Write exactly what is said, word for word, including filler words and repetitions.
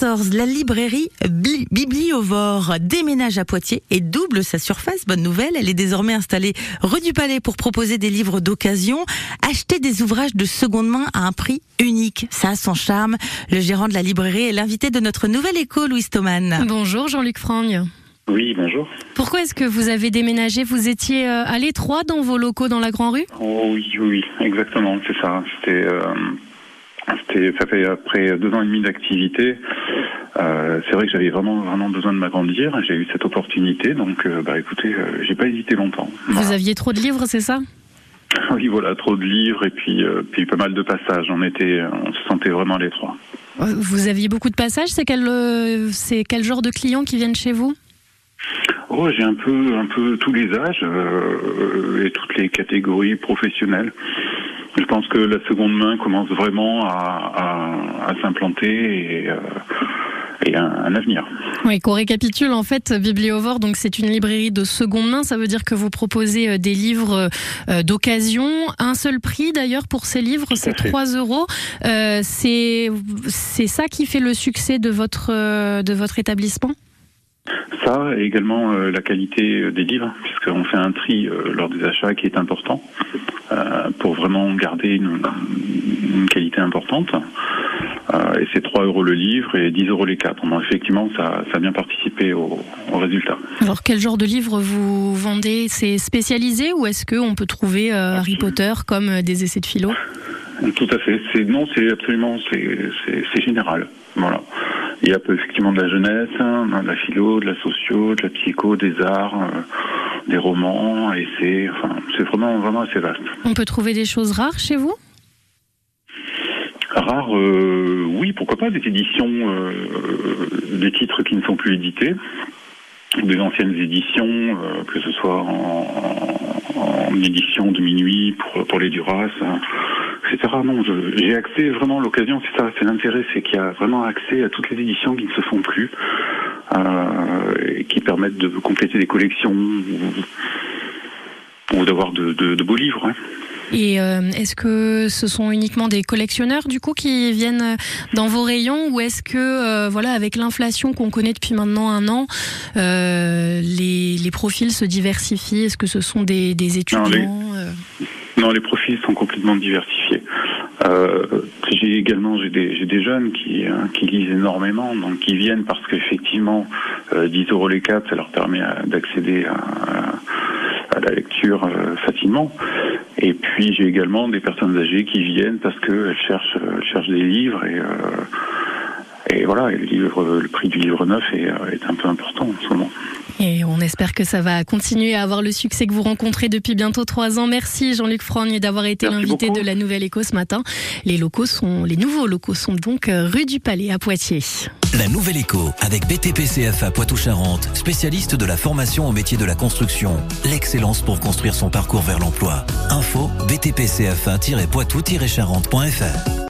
quatorze, la librairie Bli- Bibliovore déménage à Poitiers et double sa surface. Bonne nouvelle, elle est désormais installée rue du Palais pour proposer des livres d'occasion. Acheter des ouvrages de seconde main à un prix unique, ça a son charme. Le gérant de la librairie est l'invité de notre Nouvelle Écho, Louise Thoman. Bonjour Jean-Luc Frogne. Oui, bonjour. Pourquoi est-ce que vous avez déménagé? Vous étiez euh, à l'étroit dans vos locaux dans la Grand Rue? Oh oui, oui, oui, exactement, c'est ça. C'était, euh, c'était, ça fait après deux ans et demi d'activité. Euh, c'est vrai que j'avais vraiment, vraiment besoin de m'agrandir. J'ai eu cette opportunité, donc, euh, bah, écoutez, euh, j'ai pas hésité longtemps. Vous Voilà. aviez trop de livres, c'est ça? Oui, voilà, trop de livres et puis, euh, puis pas mal de passages. On était, on se sentait vraiment à l'étroit. Vous aviez beaucoup de passages. C'est quel, euh, c'est quel genre de clients qui viennent chez vous? Oh, j'ai un peu, un peu tous les âges euh, et toutes les catégories professionnelles. Je pense que la seconde main commence vraiment à, à, à s'implanter et, euh, et un, un avenir. Oui, qu'on récapitule en fait, Bibliovore, donc c'est une librairie de seconde main. Ça veut dire que vous proposez des livres euh, d'occasion. Un seul prix d'ailleurs pour ces livres, c'est trois euros. Euh, c'est, c'est ça qui fait le succès de votre, euh, de votre établissement? Ça, et également euh, la qualité des livres, puisqu'on fait un tri euh, lors des achats qui est important, euh, pour vraiment garder une, une qualité importante. Euh, et c'est trois euros le livre et dix euros les quatre. Donc effectivement, ça, ça a bien participé au, au résultat. Alors quel genre de livre vous vendez? C'est spécialisé ou est-ce qu'on peut trouver euh, Harry Potter comme euh, des essais de philo? Tout à fait. C'est, non, c'est absolument, c'est, c'est, c'est général. Voilà. Il y a effectivement de la jeunesse, de la philo, de la socio, de la psycho, des arts, euh, des romans, et c'est, enfin, c'est vraiment, vraiment assez vaste. On peut trouver des choses rares chez vous? Rares, euh, oui, pourquoi pas, des éditions, euh, des titres qui ne sont plus édités, des anciennes éditions, euh, que ce soit en, en, en édition de minuit pour, pour les Duras, et cetera. Non, je, j'ai accès vraiment à l'occasion, c'est ça, c'est l'intérêt, c'est qu'il y a vraiment accès à toutes les éditions qui ne se font plus, euh, et qui permettent de compléter des collections ou, ou d'avoir de, de, de beaux livres. Hein. Et euh, est-ce que ce sont uniquement des collectionneurs du coup qui viennent dans vos rayons, ou est-ce que euh, voilà, avec l'inflation qu'on connaît depuis maintenant un an, euh, les, les profils se diversifient? Est-ce que ce sont des, des étudiants? Non, les... Euh... non, les profils sont complètement diversifiés. Euh, j'ai également j'ai des, j'ai des jeunes qui, hein, qui lisent énormément, donc qui viennent parce qu'effectivement euh, dix euros les quatre, ça leur permet à, d'accéder à, à, à la lecture euh, facilement. Et puis j'ai également des personnes âgées qui viennent parce qu'elles cherchent, elles cherchent des livres et, euh, et voilà, et le, livre, le prix du livre neuf est, est un peu important en ce moment. Et on espère que ça va continuer à avoir le succès que vous rencontrez depuis bientôt trois ans. Merci Jean-Luc Frogne d'avoir été Merci l'invité beaucoup. de la Nouvelle Écho ce matin. Les locaux sont, les nouveaux locaux sont donc rue du Palais à Poitiers. La Nouvelle Écho avec B T P C F A Poitou-Charentes, spécialiste de la formation au métier de la construction. L'excellence pour construire son parcours vers l'emploi. Info b t p c f a tiret poitou tiret charentes point f r.